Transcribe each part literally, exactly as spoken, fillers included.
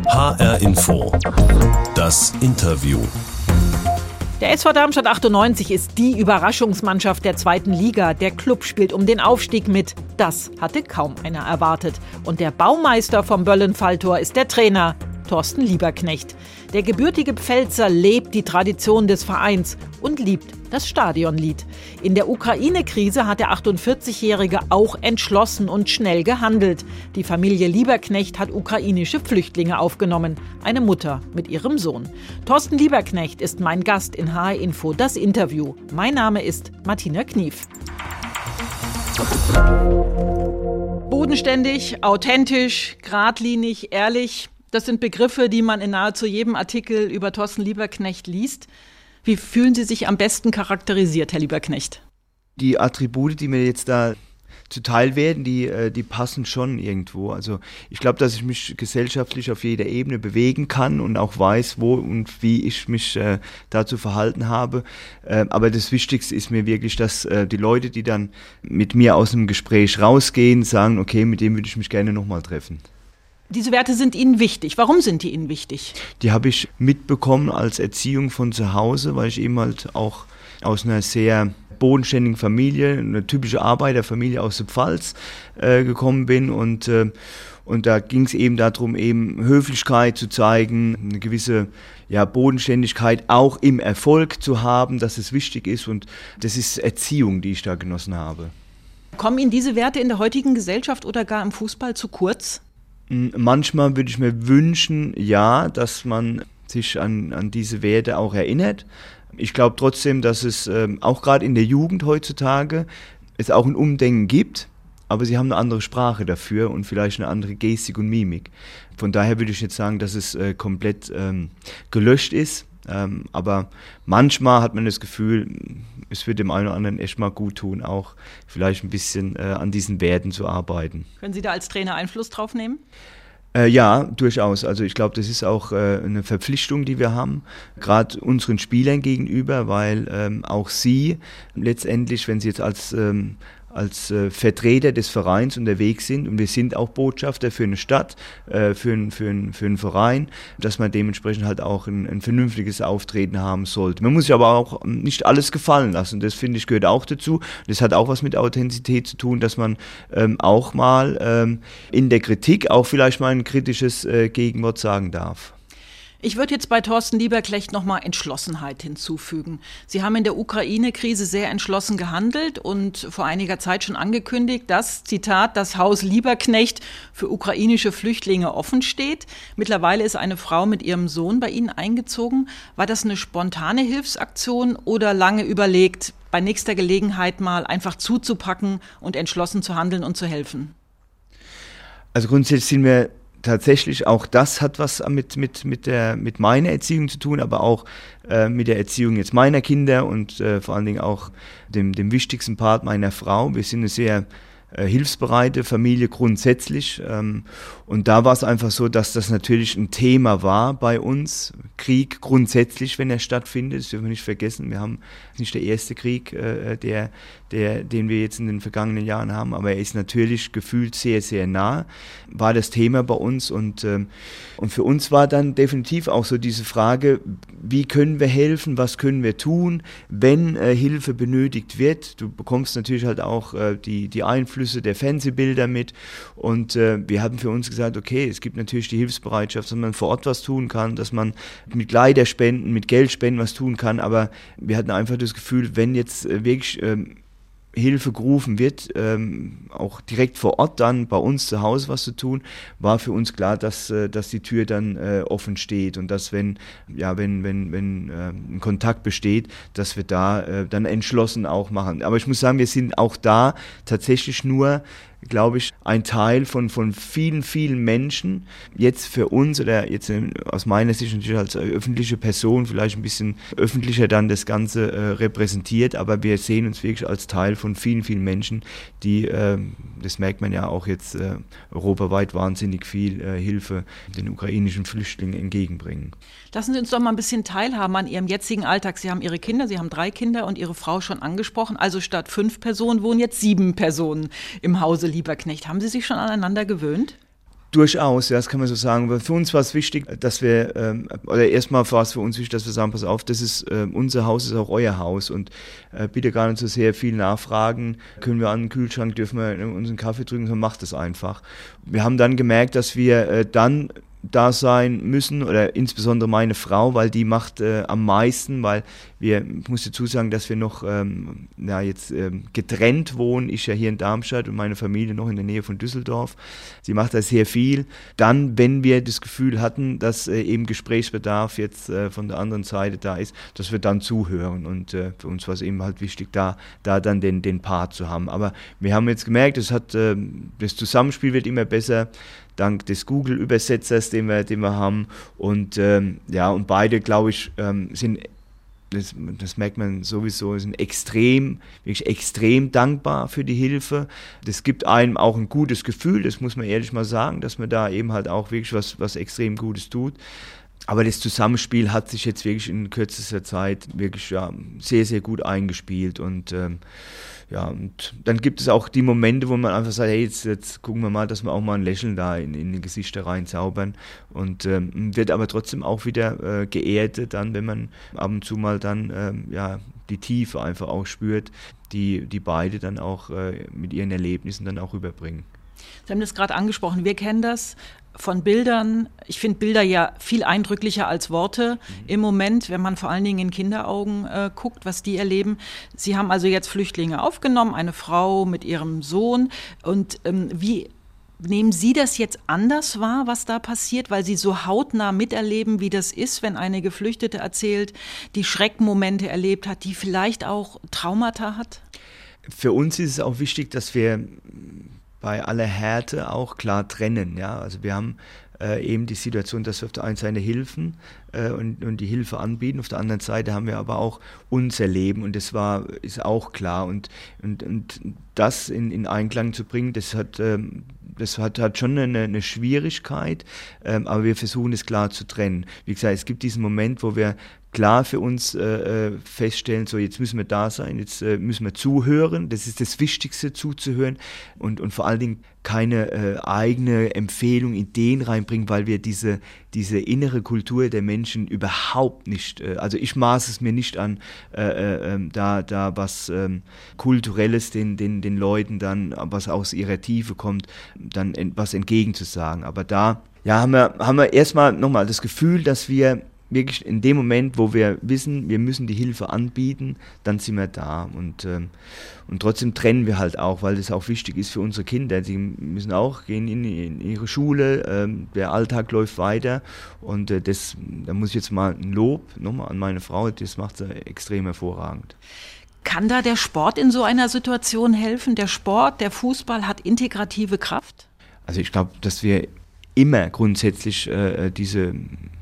H R Info. Das Interview. Der S V Darmstadt achtundneunzig ist die Überraschungsmannschaft der zweiten Liga. Der Klub spielt um den Aufstieg mit. Das hatte kaum einer erwartet. Und der Baumeister vom Böllenfalltor ist der Trainer, Thorsten Lieberknecht. Der gebürtige Pfälzer lebt die Tradition des Vereins und liebt das Stadionlied. In der Ukraine-Krise hat der achtundvierzigjährige auch entschlossen und schnell gehandelt. Die Familie Lieberknecht hat ukrainische Flüchtlinge aufgenommen. Eine Mutter mit ihrem Sohn. Thorsten Lieberknecht ist mein Gast in H R Info, das Interview. Mein Name ist Martina Knief. Bodenständig, authentisch, geradlinig, ehrlich. Das sind Begriffe, die man in nahezu jedem Artikel über Thorsten Lieberknecht liest. Wie fühlen Sie sich am besten charakterisiert, Herr Lieberknecht? Die Attribute, die mir jetzt da zuteil werden, die, die passen schon irgendwo. Also ich glaube, dass ich mich gesellschaftlich auf jeder Ebene bewegen kann und auch weiß, wo und wie ich mich äh, dazu verhalten habe. Äh, aber das Wichtigste ist mir wirklich, dass äh, die Leute, die dann mit mir aus dem Gespräch rausgehen, sagen, okay, mit dem würde ich mich gerne nochmal treffen. Diese Werte sind Ihnen wichtig. Warum sind die Ihnen wichtig? Die habe ich mitbekommen als Erziehung von zu Hause, weil ich eben halt auch aus einer sehr bodenständigen Familie, eine typische Arbeiterfamilie aus der Pfalz äh, gekommen bin und, äh, und da ging es eben darum, eben Höflichkeit zu zeigen, eine gewisse ja, Bodenständigkeit auch im Erfolg zu haben, dass es wichtig ist und das ist Erziehung, die ich da genossen habe. Kommen Ihnen diese Werte in der heutigen Gesellschaft oder gar im Fußball zu kurz? Manchmal würde ich mir wünschen, ja, dass man sich an, an diese Werte auch erinnert. Ich glaube trotzdem, dass es ähm, auch gerade in der Jugend heutzutage es auch ein Umdenken gibt, aber sie haben eine andere Sprache dafür und vielleicht eine andere Gestik und Mimik. Von daher würde ich jetzt sagen, dass es äh, komplett ähm, gelöscht ist. Ähm, aber manchmal hat man das Gefühl, es wird dem einen oder anderen echt mal gut tun, auch vielleicht ein bisschen äh, an diesen Werten zu arbeiten. Können Sie da als Trainer Einfluss drauf nehmen? Äh, ja, durchaus. Also ich glaube, das ist auch äh, eine Verpflichtung, die wir haben, gerade unseren Spielern gegenüber, weil ähm, auch sie letztendlich, wenn sie jetzt als ähm, als äh, Vertreter des Vereins unterwegs sind und wir sind auch Botschafter für eine Stadt, äh, für, ein, für, ein, für einen Verein, dass man dementsprechend halt auch ein, ein vernünftiges Auftreten haben sollte. Man muss sich aber auch nicht alles gefallen lassen, das finde ich gehört auch dazu. Das hat auch was mit Authentizität zu tun, dass man ähm, auch mal ähm, in der Kritik auch vielleicht mal ein kritisches äh, Gegenwort sagen darf. Ich würde jetzt bei Thorsten Lieberknecht nochmal Entschlossenheit hinzufügen. Sie haben in der Ukraine-Krise sehr entschlossen gehandelt und vor einiger Zeit schon angekündigt, dass, Zitat, das Haus Lieberknecht für ukrainische Flüchtlinge offen steht. Mittlerweile ist eine Frau mit ihrem Sohn bei Ihnen eingezogen. War das eine spontane Hilfsaktion oder lange überlegt, bei nächster Gelegenheit mal einfach zuzupacken und entschlossen zu handeln und zu helfen? Also grundsätzlich sind wir tatsächlich, auch das hat was mit, mit, mit, der, mit meiner Erziehung zu tun, aber auch äh, mit der Erziehung jetzt meiner Kinder und äh, vor allen Dingen auch dem, dem wichtigsten Part meiner Frau. Wir sind eine sehr äh, hilfsbereite Familie grundsätzlich ähm, und da war es einfach so, dass das natürlich ein Thema war bei uns. Krieg grundsätzlich, wenn er stattfindet, das dürfen wir nicht vergessen, wir haben nicht der erste Krieg, äh, der, der, den wir jetzt in den vergangenen Jahren haben, aber er ist natürlich gefühlt sehr, sehr nah, war das Thema bei uns und, ähm, und für uns war dann definitiv auch so diese Frage, wie können wir helfen, was können wir tun, wenn äh, Hilfe benötigt wird. Du bekommst natürlich halt auch äh, die, die Einflüsse der Fernsehbilder mit und äh, wir haben für uns gesagt, okay, es gibt natürlich die Hilfsbereitschaft, dass man vor Ort was tun kann, dass man mit Kleiderspenden, mit Geldspenden was tun kann, aber wir hatten einfach das Gefühl, wenn jetzt äh, wirklich ähm, Hilfe gerufen wird, ähm, auch direkt vor Ort dann bei uns zu Hause was zu tun, war für uns klar, dass, äh, dass die Tür dann äh, offen steht und dass wenn, ja, wenn, wenn, wenn äh, ein Kontakt besteht, dass wir da äh, dann entschlossen auch machen. Aber ich muss sagen, wir sind auch da tatsächlich nur, glaube ich, ein Teil von, von vielen, vielen Menschen, jetzt für uns oder jetzt aus meiner Sicht natürlich als öffentliche Person vielleicht ein bisschen öffentlicher dann das Ganze äh, repräsentiert, aber wir sehen uns wirklich als Teil von vielen, vielen Menschen, die, äh, das merkt man ja auch jetzt äh, europaweit, wahnsinnig viel äh, Hilfe den ukrainischen Flüchtlingen entgegenbringen. Lassen Sie uns doch mal ein bisschen teilhaben an Ihrem jetzigen Alltag. Sie haben Ihre Kinder, Sie haben drei Kinder und Ihre Frau schon angesprochen, also statt fünf Personen wohnen jetzt sieben Personen im Hause Lieberknecht. Haben Sie sich schon aneinander gewöhnt? Durchaus, ja, das kann man so sagen. Aber für uns war es wichtig, dass wir, ähm, oder erstmal war es für uns wichtig, dass wir sagen, pass auf, das ist, äh, unser Haus ist auch euer Haus und äh, bitte gar nicht so sehr viel nachfragen. Können wir an den Kühlschrank, dürfen wir unseren Kaffee trinken, sondern macht das einfach. Wir haben dann gemerkt, dass wir äh, dann da sein müssen, oder insbesondere meine Frau, weil die macht äh, am meisten, weil wir, ich muss dazu sagen, dass wir noch ähm, ja, jetzt ähm, getrennt wohnen, ich ja hier in Darmstadt und meine Familie noch in der Nähe von Düsseldorf. Sie macht da sehr viel. Dann, wenn wir das Gefühl hatten, dass äh, eben Gesprächsbedarf jetzt äh, von der anderen Seite da ist, dass wir dann zuhören und äh, für uns war es eben halt wichtig, da, da dann den, den Part zu haben. Aber wir haben jetzt gemerkt, es hat, äh, das Zusammenspiel wird immer besser, dank des Google-Übersetzers, den wir, den wir haben. Und ähm, ja, und beide, glaube ich, ähm, sind, das, das merkt man sowieso, sind extrem, wirklich extrem dankbar für die Hilfe. Das gibt einem auch ein gutes Gefühl, das muss man ehrlich mal sagen, dass man da eben halt auch wirklich was, was extrem Gutes tut. Aber das Zusammenspiel hat sich jetzt wirklich in kürzester Zeit wirklich ja, sehr, sehr gut eingespielt und ähm, ja, und dann gibt es auch die Momente, wo man einfach sagt, hey, jetzt, jetzt gucken wir mal, dass wir auch mal ein Lächeln da in, in die Gesichter reinzaubern und ähm, wird aber trotzdem auch wieder äh, geehrt dann, wenn man ab und zu mal dann ähm, ja, die Tiefe einfach auch spürt, die, die beide dann auch äh, mit ihren Erlebnissen dann auch rüberbringen. Sie haben das gerade angesprochen, wir kennen das von Bildern. Ich finde Bilder ja viel eindrücklicher als Worte mhm. im Moment, wenn man vor allen Dingen in Kinderaugen äh, guckt, was die erleben. Sie haben also jetzt Flüchtlinge aufgenommen, eine Frau mit ihrem Sohn. Und ähm, wie nehmen Sie das jetzt anders wahr, was da passiert, weil Sie so hautnah miterleben, wie das ist, wenn eine Geflüchtete erzählt, die Schreckmomente erlebt hat, die vielleicht auch Traumata hat? Für uns ist es auch wichtig, dass wir bei aller Härte auch klar trennen. Ja? Also wir haben äh, eben die Situation, dass wir auf der einen Seite helfen äh, und, und die Hilfe anbieten, auf der anderen Seite haben wir aber auch unser Leben und das war, ist auch klar. Und, und, und das in, in Einklang zu bringen, das hat, ähm, das hat, hat schon eine, eine Schwierigkeit, ähm, aber wir versuchen es klar zu trennen. Wie gesagt, es gibt diesen Moment, wo wir klar für uns äh, feststellen, so jetzt müssen wir da sein, jetzt äh, müssen wir zuhören, das ist das Wichtigste, zuzuhören und, und vor allen Dingen keine äh, eigene Empfehlung, Ideen reinbringen, weil wir diese, diese innere Kultur der Menschen überhaupt nicht, äh, also ich maße es mir nicht an, äh, äh, da, da was äh, Kulturelles den, den, den Leuten dann, was aus ihrer Tiefe kommt, dann ent, was entgegenzusagen. Aber da ja, haben wir, haben wir erstmal nochmal das Gefühl, dass wir wirklich in dem Moment, wo wir wissen, wir müssen die Hilfe anbieten, dann sind wir da. Und, ähm, und trotzdem trennen wir halt auch, weil das auch wichtig ist für unsere Kinder. Sie müssen auch gehen in, in ihre Schule, ähm, der Alltag läuft weiter. Und äh, das, da muss ich jetzt mal ein Lob nochmal an meine Frau, das macht sie extrem hervorragend. Kann da der Sport in so einer Situation helfen? Der Sport, der Fußball hat integrative Kraft? Also ich glaube, dass wir immer grundsätzlich äh, diese...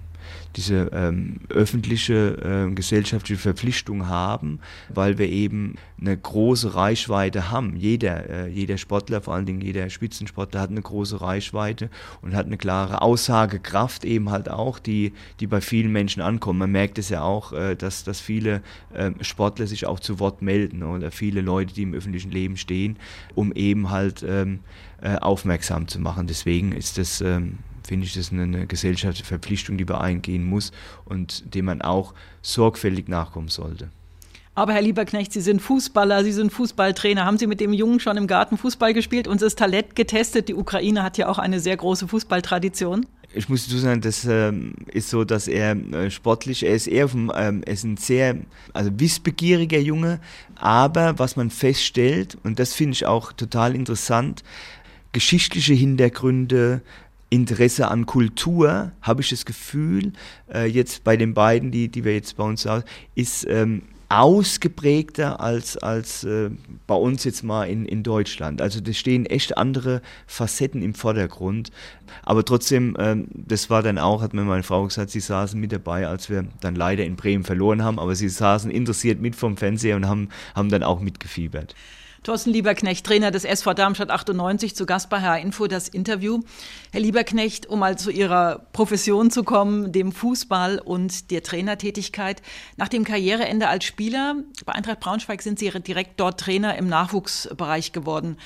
diese ähm, öffentliche, äh, gesellschaftliche Verpflichtung haben, weil wir eben eine große Reichweite haben. Jeder, äh, jeder Sportler, vor allen Dingen jeder Spitzensportler hat eine große Reichweite und hat eine klare Aussagekraft eben halt auch, die, die bei vielen Menschen ankommt. Man merkt es ja auch, äh, dass, dass viele äh, Sportler sich auch zu Wort melden oder viele Leute, die im öffentlichen Leben stehen, um eben halt ähm, äh, aufmerksam zu machen. Deswegen ist das ähm, finde ich, das ist eine gesellschaftliche Verpflichtung, die man eingehen muss und dem man auch sorgfältig nachkommen sollte. Aber Herr Lieberknecht, Sie sind Fußballer, Sie sind Fußballtrainer. Haben Sie mit dem Jungen schon im Garten Fußball gespielt und das Talent getestet? Die Ukraine hat ja auch eine sehr große Fußballtradition. Ich muss dazu sagen, das ähm, ist so, dass er äh, sportlich, er ist eher vom, ähm, er ist ein sehr also wissbegieriger Junge, aber was man feststellt, und das finde ich auch total interessant, geschichtliche Hintergründe, Interesse an Kultur, habe ich das Gefühl, äh, jetzt bei den beiden, die, die wir jetzt bei uns haben, ist ähm, ausgeprägter als, als äh, bei uns jetzt mal in, in Deutschland. Also da stehen echt andere Facetten im Vordergrund. Aber trotzdem, ähm, das war dann auch, hat mir meine Frau gesagt, sie saßen mit dabei, als wir dann leider in Bremen verloren haben, aber sie saßen interessiert mit vom Fernseher und haben, haben dann auch mitgefiebert. Thorsten Lieberknecht, Trainer des S V Darmstadt achtundneunzig, zu Gast bei H R Info, das Interview. Herr Lieberknecht, um mal zu Ihrer Profession zu kommen, dem Fußball und der Trainertätigkeit. Nach dem Karriereende als Spieler bei Eintracht Braunschweig sind Sie direkt dort Trainer im Nachwuchsbereich geworden.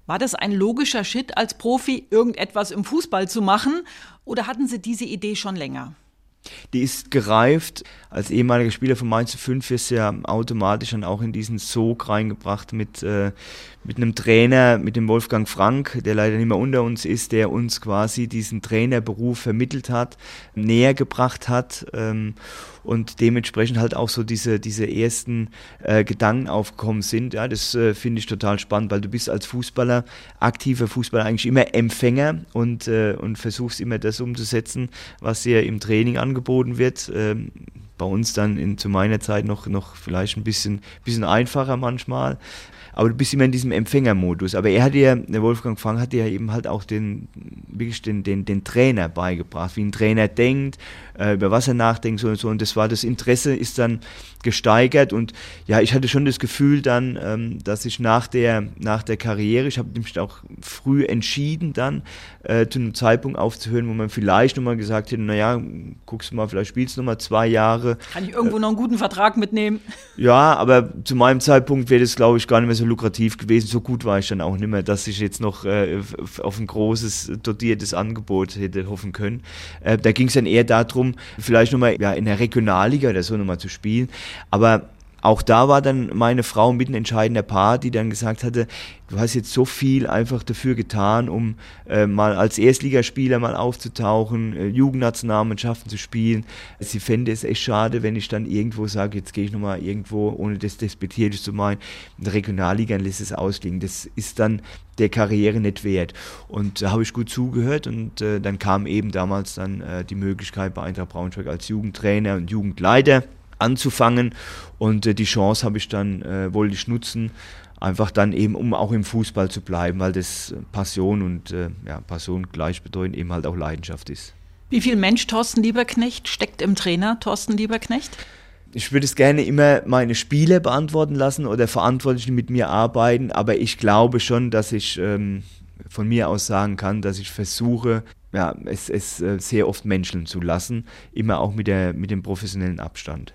War das ein logischer Schritt als Profi, irgendetwas im Fußball zu machen? Oder hatten Sie diese Idee schon länger? Die ist gereift. Als ehemaliger Spieler von Mainz null fünf ist ja automatisch dann auch in diesen Sog reingebracht mit, äh, mit einem Trainer, mit dem Wolfgang Frank, der leider nicht mehr unter uns ist, der uns quasi diesen Trainerberuf vermittelt hat, näher gebracht hat ähm, und dementsprechend halt auch so diese, diese ersten äh, Gedanken aufgekommen sind. Ja, das äh, finde ich total spannend, weil du bist als Fußballer, aktiver Fußballer eigentlich immer Empfänger und, äh, und versuchst immer das umzusetzen, was dir im Training angeboten wird. Ähm, bei uns dann in, zu meiner Zeit noch, noch vielleicht ein bisschen, bisschen einfacher manchmal. Aber du bist immer in diesem Empfängermodus. Aber er hat ja, der Wolfgang Frank hat ja eben halt auch den, wirklich den, den, den Trainer beigebracht, wie ein Trainer denkt, äh, über was er nachdenkt so und so. Und das war, das Interesse ist dann gesteigert. Und ja, ich hatte schon das Gefühl dann, ähm, dass ich nach der, nach der Karriere, ich habe mich auch früh entschieden dann, äh, zu einem Zeitpunkt aufzuhören, wo man vielleicht nochmal gesagt hätte, naja, guckst du mal, vielleicht spielst du nochmal zwei Jahre. Kann ich irgendwo äh, noch einen guten Vertrag mitnehmen? Ja, aber zu meinem Zeitpunkt wäre das, glaube ich, gar nicht mehr so lukrativ gewesen. So gut war ich dann auch nicht mehr, dass ich jetzt noch äh, auf ein großes, dotiertes Angebot hätte hoffen können. Äh, da ging es dann eher darum, vielleicht nochmal ja, in der Regionalliga oder so nochmal zu spielen. Aber auch da war dann meine Frau mit ein entscheidender Part, die dann gesagt hatte, du hast jetzt so viel einfach dafür getan, um äh, mal als Erstligaspieler mal aufzutauchen, äh, Jugendnationalmannschaften zu spielen. Sie fände es echt schade, wenn ich dann irgendwo sage, jetzt gehe ich nochmal irgendwo, ohne das despektierlich zu meinen, in der Regionalliga und lässt es ausklingen. Das ist dann der Karriere nicht wert. Und da habe ich gut zugehört und äh, dann kam eben damals dann äh, die Möglichkeit bei Eintracht Braunschweig als Jugendtrainer und Jugendleiter anzufangen und äh, die Chance habe ich dann, äh, wollte ich nutzen, einfach dann eben, um auch im Fußball zu bleiben, weil das Passion und äh, ja, Passion gleichbedeutend eben halt auch Leidenschaft ist. Wie viel Mensch Thorsten Lieberknecht steckt im Trainer Thorsten Lieberknecht? Ich würde es gerne immer meine Spieler beantworten lassen oder Verantwortliche mit mir arbeiten, aber ich glaube schon, dass ich ähm, von mir aus sagen kann, dass ich versuche, ja, es, es äh, sehr oft menscheln zu lassen, immer auch mit, der, mit dem professionellen Abstand.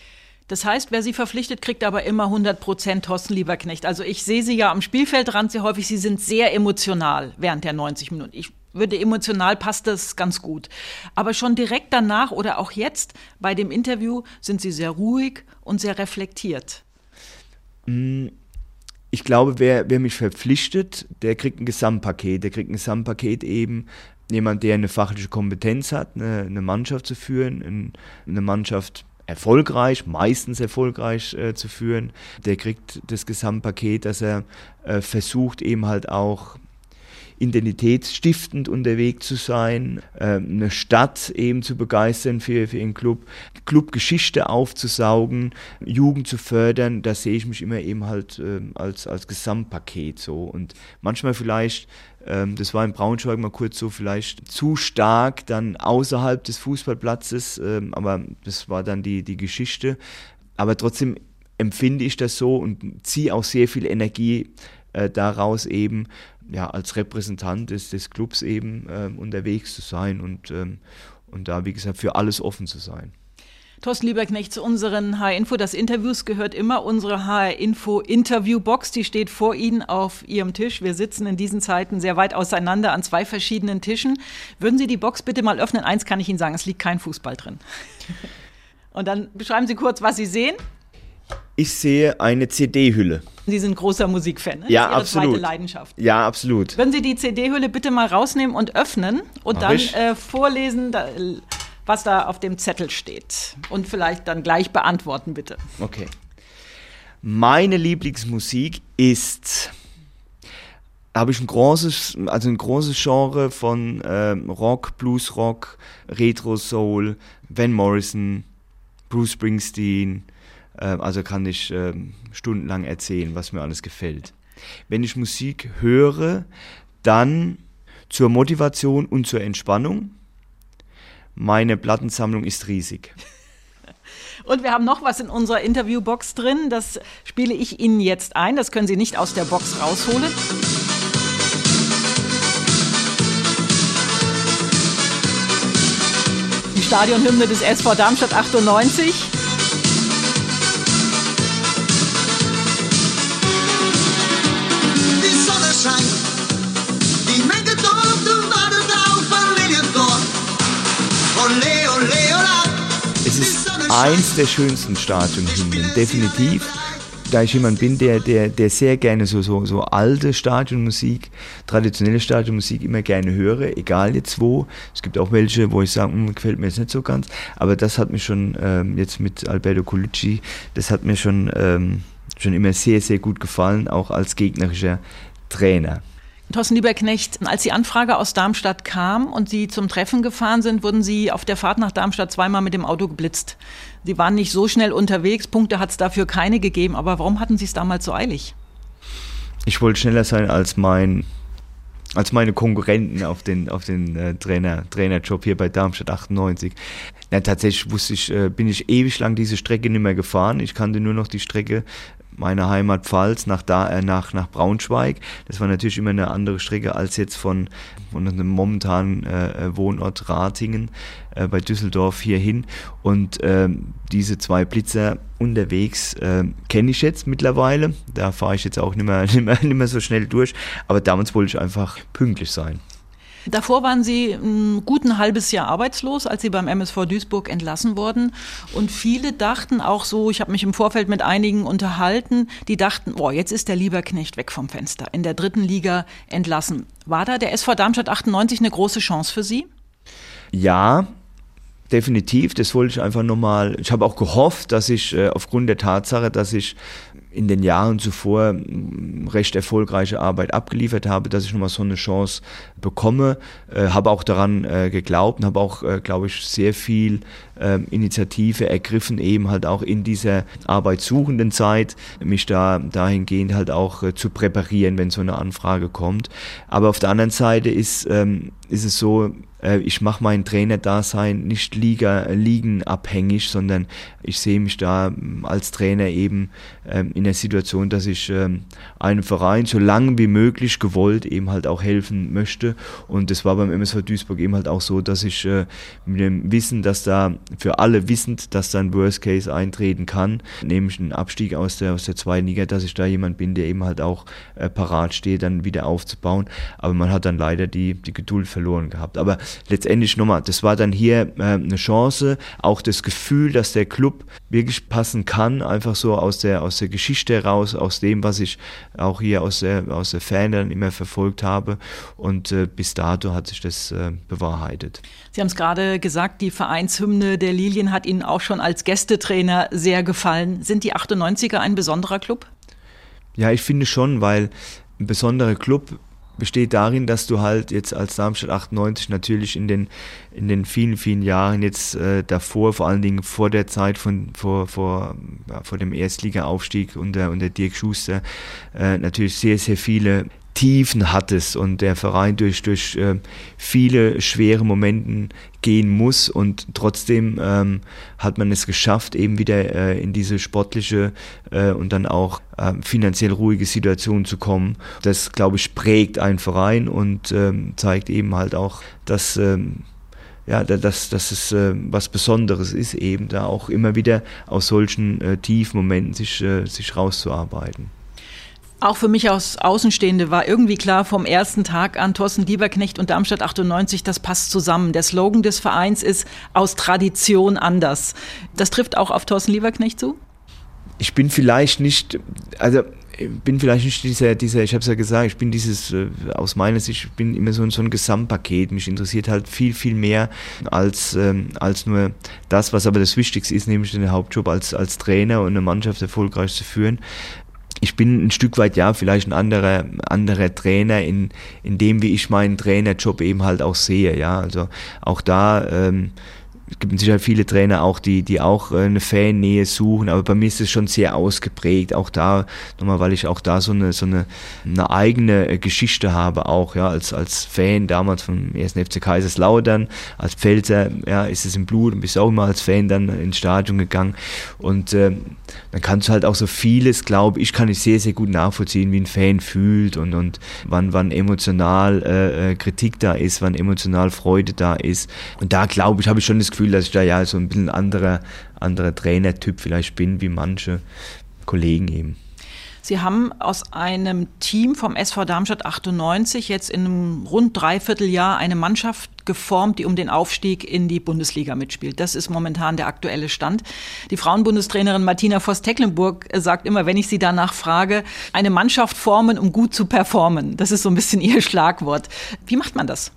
Das heißt, wer Sie verpflichtet, kriegt aber immer hundert Prozent Thorsten Lieberknecht. Also ich sehe Sie ja am Spielfeldrand sehr häufig, Sie sind sehr emotional während der neunzig Minuten. Ich würde emotional, passt das ganz gut. Aber schon direkt danach oder auch jetzt bei dem Interview sind Sie sehr ruhig und sehr reflektiert. Ich glaube, wer, wer mich verpflichtet, der kriegt ein Gesamtpaket. Der kriegt ein Gesamtpaket eben, jemand, der eine fachliche Kompetenz hat, eine, eine Mannschaft zu führen, eine Mannschaft erfolgreich, meistens erfolgreich äh, zu führen. Der kriegt das Gesamtpaket, dass er äh, versucht, eben halt auch identitätsstiftend unterwegs zu sein, äh, eine Stadt eben zu begeistern für, für ihren Club, Clubgeschichte aufzusaugen, Jugend zu fördern. Da sehe ich mich immer eben halt äh, als, als Gesamtpaket so. Und manchmal vielleicht, ähm, das war in Braunschweig mal kurz so, vielleicht zu stark dann außerhalb des Fußballplatzes, ähm, aber das war dann die, die Geschichte. Aber trotzdem empfinde ich das so und ziehe auch sehr viel Energie äh, daraus eben, ja, als Repräsentant des, des Clubs eben ähm, unterwegs zu sein und, ähm, und da, wie gesagt, für alles offen zu sein. Thorsten Lieberknecht, zu unseren H R-Info, das Interviews gehört immer unsere H R-Info-Interviewbox, die steht vor Ihnen auf Ihrem Tisch. Wir sitzen in diesen Zeiten sehr weit auseinander an zwei verschiedenen Tischen. Würden Sie die Box bitte mal öffnen? Eins kann ich Ihnen sagen, es liegt kein Fußball drin. Und dann beschreiben Sie kurz, was Sie sehen. Ich sehe eine C D-Hülle. Sie sind großer Musikfan, ne? Ja, das ist Ihre absolut. zweite Leidenschaft. Ja, absolut. Würden Sie die C D-Hülle bitte mal rausnehmen und öffnen und Mach dann ich. äh, vorlesen, da, was da auf dem Zettel steht. Und vielleicht dann gleich beantworten, bitte. Okay. Meine Lieblingsmusik ist, habe ich ein großes, also ein großes Genre von ähm, Rock, Bluesrock, Retro Soul, Van Morrison, Bruce Springsteen. Also kann ich äh, stundenlang erzählen, was mir alles gefällt. Wenn ich Musik höre, dann zur Motivation und zur Entspannung. Meine Plattensammlung ist riesig. Und wir haben noch was in unserer Interviewbox drin. Das spiele ich Ihnen jetzt ein. Das können Sie nicht aus der Box rausholen. Die Stadionhymne des S V Darmstadt achtundneunzig. Scheint Es ist eins der schönsten Stadionhymnen, definitiv. Da ich jemand bin, der, der, der sehr gerne so, so, so alte Stadionmusik, traditionelle Stadionmusik immer gerne höre, egal jetzt wo. Es gibt auch welche, wo ich sage, hm, gefällt mir jetzt nicht so ganz. Aber das hat mir schon ähm, jetzt mit Alberto Colucci, das hat mir schon, ähm, schon immer sehr, sehr gut gefallen, auch als gegnerischer Trainer. Thorsten Lieberknecht, als die Anfrage aus Darmstadt kam und Sie zum Treffen gefahren sind, wurden Sie auf der Fahrt nach Darmstadt zweimal mit dem Auto geblitzt. Sie waren nicht so schnell unterwegs, Punkte hat es dafür keine gegeben, aber warum hatten Sie es damals so eilig? Ich wollte schneller sein als mein als meine Konkurrenten auf den, auf den äh, Trainer, Trainerjob hier bei Darmstadt achtundneunzig. Na, tatsächlich wusste ich, äh, bin ich ewig lang diese Strecke nicht mehr gefahren. Ich kannte nur noch die Strecke meiner Heimat Pfalz nach, da, äh, nach, nach Braunschweig. Das war natürlich immer eine andere Strecke als jetzt von, von einem momentanen äh, Wohnort Ratingen äh, bei Düsseldorf hierhin. Und äh, diese zwei Blitzer unterwegs äh, kenne ich jetzt mittlerweile. Da fahre ich jetzt auch nicht mehr, nicht mehr, nicht mehr so schnell durch. Aber damals wollte ich einfach pünktlich sein. Davor waren Sie ein gut ein halbes Jahr arbeitslos, als Sie beim M S V Duisburg entlassen wurden. Und viele dachten auch so, ich habe mich im Vorfeld mit einigen unterhalten, die dachten, oh, jetzt ist der Lieberknecht weg vom Fenster, in der dritten Liga entlassen. War da der S V Darmstadt achtundneunzig eine große Chance für Sie? Ja, definitiv. Das wollte ich einfach nochmal, ich habe auch gehofft, dass ich äh, aufgrund der Tatsache, dass ich in den Jahren zuvor recht erfolgreiche Arbeit abgeliefert habe, dass ich nochmal so eine Chance bekomme. Äh, habe auch daran äh, geglaubt und habe auch, äh, glaube ich, sehr viel äh, Initiative ergriffen, eben halt auch in dieser arbeitssuchenden Zeit, mich da dahingehend halt auch äh, zu präparieren, wenn so eine Anfrage kommt. Aber auf der anderen Seite ist, ähm, ist es so, äh, ich mache mein Trainerdasein nicht Liga, ligenabhängig, sondern ich sehe mich da als Trainer eben ähm, in der Situation, dass ich ähm, einem Verein so lange wie möglich gewollt eben halt auch helfen möchte. Und das war beim M S V Duisburg eben halt auch so, dass ich äh, mit dem Wissen, dass da für alle wissend, dass da ein Worst Case eintreten kann, nämlich ein Abstieg aus der, aus der zweiten Liga, dass ich da jemand bin, der eben halt auch äh, parat steht, dann wieder aufzubauen. Aber man hat dann leider die, die Geduld verloren gehabt. Aber letztendlich nochmal, das war dann hier äh, eine Chance, auch das Gefühl, dass der Club wirklich passen kann, einfach so aus der, aus der Geschichte heraus, aus dem, was ich auch hier aus der, aus der Ferne dann immer verfolgt habe. Und äh, bis dato hat sich das äh, bewahrheitet. Sie haben es gerade gesagt, die Vereinshymne der Lilien hat Ihnen auch schon als Gästetrainer sehr gefallen. Sind die achtundneunziger ein besonderer Club? Ja, ich finde schon, weil ein besonderer Club besteht darin, dass du halt jetzt als Darmstadt achtundneunzig natürlich in den, in den vielen, vielen Jahren jetzt äh, davor, vor allen Dingen vor der Zeit von, vor, vor, ja, vor dem Erstliga-Aufstieg unter, unter Dirk Schuster, äh, natürlich sehr, sehr viele Tiefen hattest und der Verein durch, durch äh, viele schwere Momente gehen muss und trotzdem ähm, hat man es geschafft, eben wieder äh, in diese sportliche äh, und dann auch äh, finanziell ruhige Situation zu kommen. Das, glaube ich, prägt einen Verein und ähm, zeigt eben halt auch, dass ähm, ja, dass, dass es äh, was Besonderes ist, eben da auch immer wieder aus solchen äh, tiefen Momenten sich, äh, sich rauszuarbeiten. Auch für mich als Außenstehende war irgendwie klar vom ersten Tag an, Thorsten Lieberknecht und Darmstadt achtundneunzig, das passt zusammen. Der Slogan des Vereins ist aus Tradition anders. Das trifft auch auf Thorsten Lieberknecht zu? Ich bin vielleicht nicht, also bin vielleicht nicht dieser, dieser ich habe es ja gesagt, ich bin dieses, aus meiner Sicht, ich bin immer so, so ein Gesamtpaket. Mich interessiert halt viel, viel mehr als, ähm, als nur das, was aber das Wichtigste ist, nämlich den Hauptjob als, als Trainer und eine Mannschaft erfolgreich zu führen. Ich bin ein Stück weit, ja, vielleicht ein anderer, anderer Trainer in, in dem, wie ich meinen Trainerjob eben halt auch sehe, ja, also auch da, ähm, es gibt sicher viele Trainer auch, die, die auch eine Fannähe suchen, aber bei mir ist es schon sehr ausgeprägt, auch da, nochmal, weil ich auch da so eine, so eine, eine eigene Geschichte habe auch, ja, als, als Fan damals vom ersten F C Kaiserslautern, als Pfälzer, ja, ist es im Blut und bist auch immer als Fan dann ins Stadion gegangen und äh, dann kannst du halt auch so vieles, glaube ich, kann ich sehr, sehr gut nachvollziehen, wie ein Fan fühlt und, und wann, wann emotional äh, Kritik da ist, wann emotional Freude da ist und da, glaube ich, habe ich schon das Gefühl, dass ich da ja so ein bisschen anderer, anderer Trainertyp vielleicht bin, wie manche Kollegen eben. Sie haben aus einem Team vom S V Darmstadt achtundneunzig jetzt in einem rund Dreivierteljahr eine Mannschaft geformt, die um den Aufstieg in die Bundesliga mitspielt. Das ist momentan der aktuelle Stand. Die Frauenbundestrainerin Martina Voss-Tecklenburg sagt immer, wenn ich sie danach frage, eine Mannschaft formen, um gut zu performen. Das ist so ein bisschen ihr Schlagwort. Wie macht man das?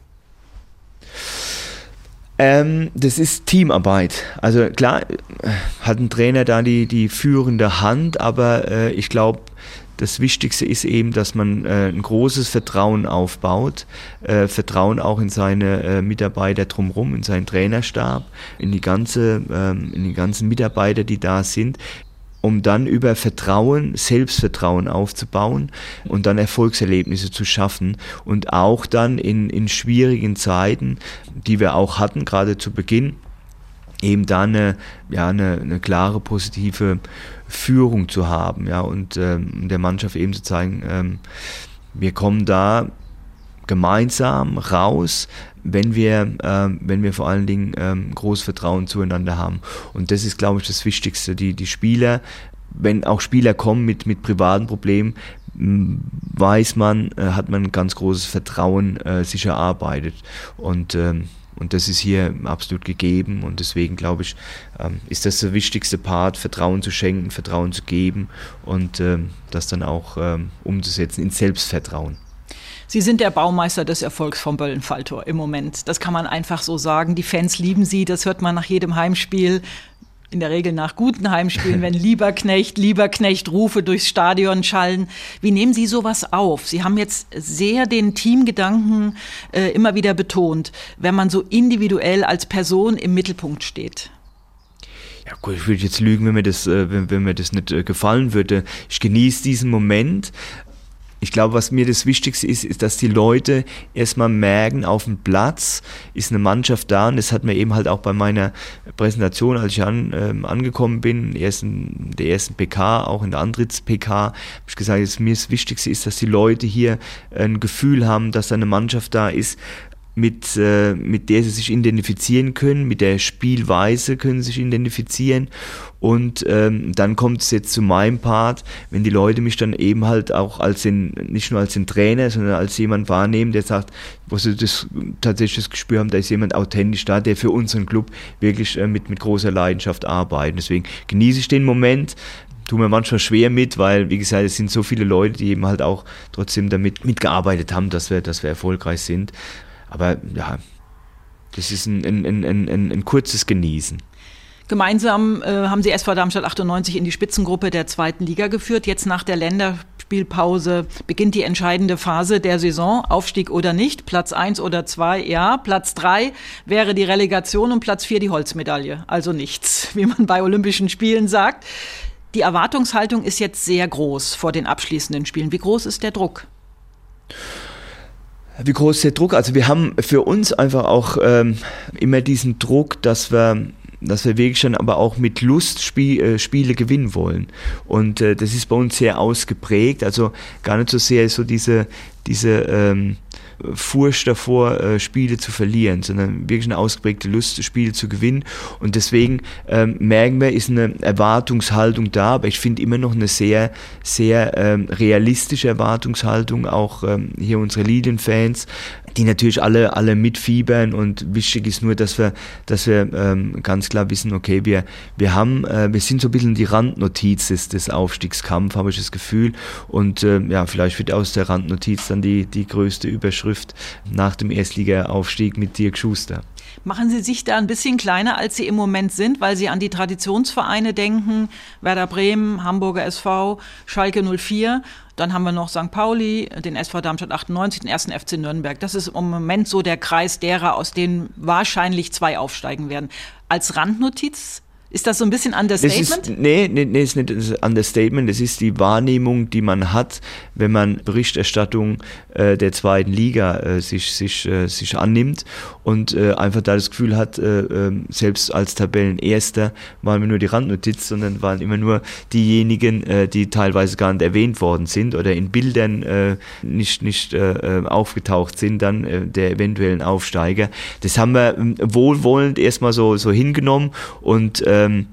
Ähm, das ist Teamarbeit. Also klar hat ein Trainer da die, die führende Hand, aber äh, ich glaube, das Wichtigste ist eben, dass man äh, ein großes Vertrauen aufbaut, äh, Vertrauen auch in seine äh, Mitarbeiter drumherum, in seinen Trainerstab, in die ganze, ähm, in die ganzen Mitarbeiter, die da sind, um dann über Vertrauen, Selbstvertrauen aufzubauen und dann Erfolgserlebnisse zu schaffen und auch dann in, in schwierigen Zeiten, die wir auch hatten, gerade zu Beginn, eben da eine, ja, eine, eine klare, positive Führung zu haben, ja, und ähm, der Mannschaft eben zu zeigen, ähm, wir kommen da gemeinsam raus, wenn wir, ähm, wenn wir vor allen Dingen ähm, großes Vertrauen zueinander haben. Und das ist, glaube ich, das Wichtigste. Die, die Spieler, wenn auch Spieler kommen mit, mit privaten Problemen, weiß man, äh, hat man ein ganz großes Vertrauen äh, sich erarbeitet. Und ähm, Und das ist hier absolut gegeben und deswegen glaube ich, ähm, ist das der wichtigste Part, Vertrauen zu schenken, Vertrauen zu geben und ähm, das dann auch ähm, umzusetzen in Selbstvertrauen. Sie sind der Baumeister des Erfolgs vom Böllen-Falltor im Moment. Das kann man einfach so sagen. Die Fans lieben Sie, das hört man nach jedem Heimspiel. In der Regel nach guten Heimspielen, wenn Lieberknecht, Lieberknecht Rufe durchs Stadion schallen. Wie nehmen Sie sowas auf? Sie haben jetzt sehr den Teamgedanken äh, immer wieder betont, wenn man so individuell als Person im Mittelpunkt steht. Ja gut, ich würde jetzt lügen, wenn mir das, äh, wenn, wenn mir das nicht äh, gefallen würde. Ich genieße diesen Moment. Ich glaube, was mir das Wichtigste ist, ist, dass die Leute erstmal merken, auf dem Platz ist eine Mannschaft da und das hat mir eben halt auch bei meiner Präsentation, als ich an, ähm, angekommen bin, in der ersten, der ersten P K, auch in der Antritts-P K, habe ich gesagt, dass mir das Wichtigste ist, dass die Leute hier ein Gefühl haben, dass da eine Mannschaft da ist, mit, äh, mit der sie sich identifizieren können, mit der Spielweise können sie sich identifizieren und ähm, dann kommt es jetzt zu meinem Part, wenn die Leute mich dann eben halt auch als den, nicht nur als den Trainer, sondern als jemand wahrnehmen, der sagt, wo sie das tatsächlich das Gespür haben, da ist jemand authentisch da, der für unseren Club wirklich äh, mit, mit großer Leidenschaft arbeitet. Deswegen genieße ich den Moment, tut mir manchmal schwer mit, weil, wie gesagt, es sind so viele Leute, die eben halt auch trotzdem damit mitgearbeitet haben, dass wir, dass wir erfolgreich sind. Aber ja, das ist ein, ein, ein, ein, ein kurzes Genießen. Gemeinsam äh, haben Sie S V Darmstadt achtundneunzig in die Spitzengruppe der zweiten Liga geführt. Jetzt nach der Länderspielpause beginnt die entscheidende Phase der Saison. Aufstieg oder nicht, Platz eins oder zwei, ja. Platz drei wäre die Relegation und Platz vier die Holzmedaille. Also nichts, wie man bei Olympischen Spielen sagt. Die Erwartungshaltung ist jetzt sehr groß vor den abschließenden Spielen. Wie groß ist der Druck? Wie groß ist der Druck? Also wir haben für uns einfach auch ähm, immer diesen Druck, dass wir, dass wir wirklich dann aber auch mit Lust Spiel, äh, Spiele gewinnen wollen. Und äh, das ist bei uns sehr ausgeprägt. Also gar nicht so sehr so diese, diese ähm, Furcht davor, äh, Spiele zu verlieren, sondern wirklich eine ausgeprägte Lust, Spiele zu gewinnen. Und deswegen ähm, merken wir, ist eine Erwartungshaltung da, aber ich finde immer noch eine sehr, sehr ähm, realistische Erwartungshaltung, auch ähm, hier unsere Lilienfans, die natürlich alle, alle mitfiebern und wichtig ist nur, dass wir, dass wir ähm, ganz klar wissen, okay, wir, wir haben, äh, wir sind so ein bisschen die Randnotiz des, des Aufstiegskampfs, habe ich das Gefühl und äh, ja, vielleicht wird aus der Randnotiz dann die, die größte Überschrift nach dem Erstliga-Aufstieg mit Dirk Schuster. Machen Sie sich da ein bisschen kleiner, als Sie im Moment sind, weil Sie an die Traditionsvereine denken, Werder Bremen, Hamburger S V, Schalke null vier, dann haben wir noch Sankt Pauli, den S V Darmstadt achtundneunzig, den ersten F C Nürnberg. Das ist im Moment so der Kreis derer, aus denen wahrscheinlich zwei aufsteigen werden. Als Randnotiz, ist das so ein bisschen Understatement? Das ist, nee, nee, nee, ist nicht das Understatement. Das ist die Wahrnehmung, die man hat, wenn man Berichterstattung äh, der zweiten Liga äh, sich, sich, äh, sich annimmt und äh, einfach da das Gefühl hat, äh, äh, selbst als Tabellenerster waren wir nur die Randnotiz, sondern waren immer nur diejenigen, äh, die teilweise gar nicht erwähnt worden sind oder in Bildern äh, nicht, nicht äh, aufgetaucht sind, dann äh, der eventuellen Aufsteiger. Das haben wir äh, wohlwollend erstmal so, so hingenommen und äh,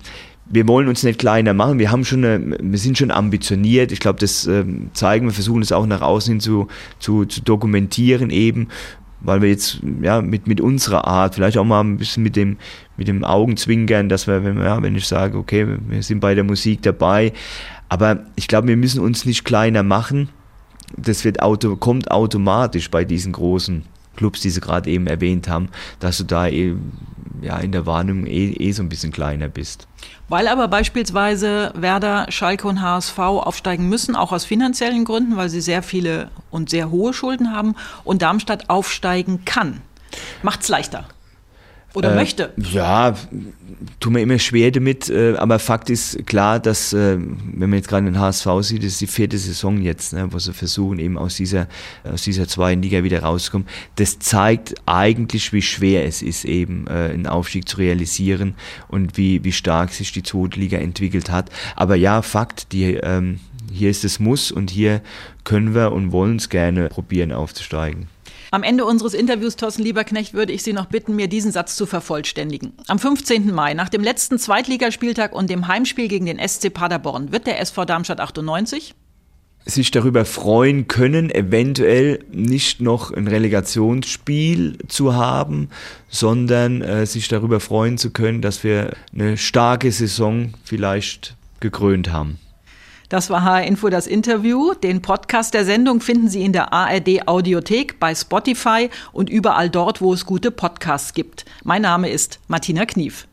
wir wollen uns nicht kleiner machen. Wir haben schon eine, wir sind schon ambitioniert. Ich glaube, das äh, zeigen wir, versuchen es auch nach außen hin zu, zu, zu dokumentieren eben, weil wir jetzt ja mit, mit unserer Art, vielleicht auch mal ein bisschen mit dem, mit dem Augenzwinkern, dass wir, wenn, wir, ja, wenn ich sage, okay, wir sind bei der Musik dabei, aber ich glaube, wir müssen uns nicht kleiner machen. Das wird auto, kommt automatisch bei diesen großen Clubs, die Sie gerade eben erwähnt haben, dass du da eh, ja, in der Wahrnehmung eh, eh so ein bisschen kleiner bist. Weil aber beispielsweise Werder, Schalke und H S V aufsteigen müssen, auch aus finanziellen Gründen, weil sie sehr viele und sehr hohe Schulden haben und Darmstadt aufsteigen kann. Macht's leichter. Oder äh, möchte. Ja, tun wir immer schwer damit, äh, aber Fakt ist klar, dass, äh, wenn man jetzt gerade den H S V sieht, das ist die vierte Saison jetzt, ne, wo sie versuchen, eben aus dieser, aus dieser zweiten Liga wieder rauszukommen. Das zeigt eigentlich, wie schwer es ist, eben äh, einen Aufstieg zu realisieren und wie, wie stark sich die zweite Liga entwickelt hat. Aber ja, Fakt, die, ähm, hier ist es Muss und hier können wir und wollen es gerne probieren aufzusteigen. Am Ende unseres Interviews, Thorsten Lieberknecht, würde ich Sie noch bitten, mir diesen Satz zu vervollständigen. Am fünfzehnten Mai, nach dem letzten Zweitligaspieltag und dem Heimspiel gegen den S C Paderborn, wird der S V Darmstadt achtundneunzig sich darüber freuen können, eventuell nicht noch ein Relegationsspiel zu haben, sondern äh, sich darüber freuen zu können, dass wir eine starke Saison vielleicht gekrönt haben. Das war H R Info, das Interview. Den Podcast der Sendung finden Sie in der A R D Audiothek, bei Spotify und überall dort, wo es gute Podcasts gibt. Mein Name ist Martina Knief.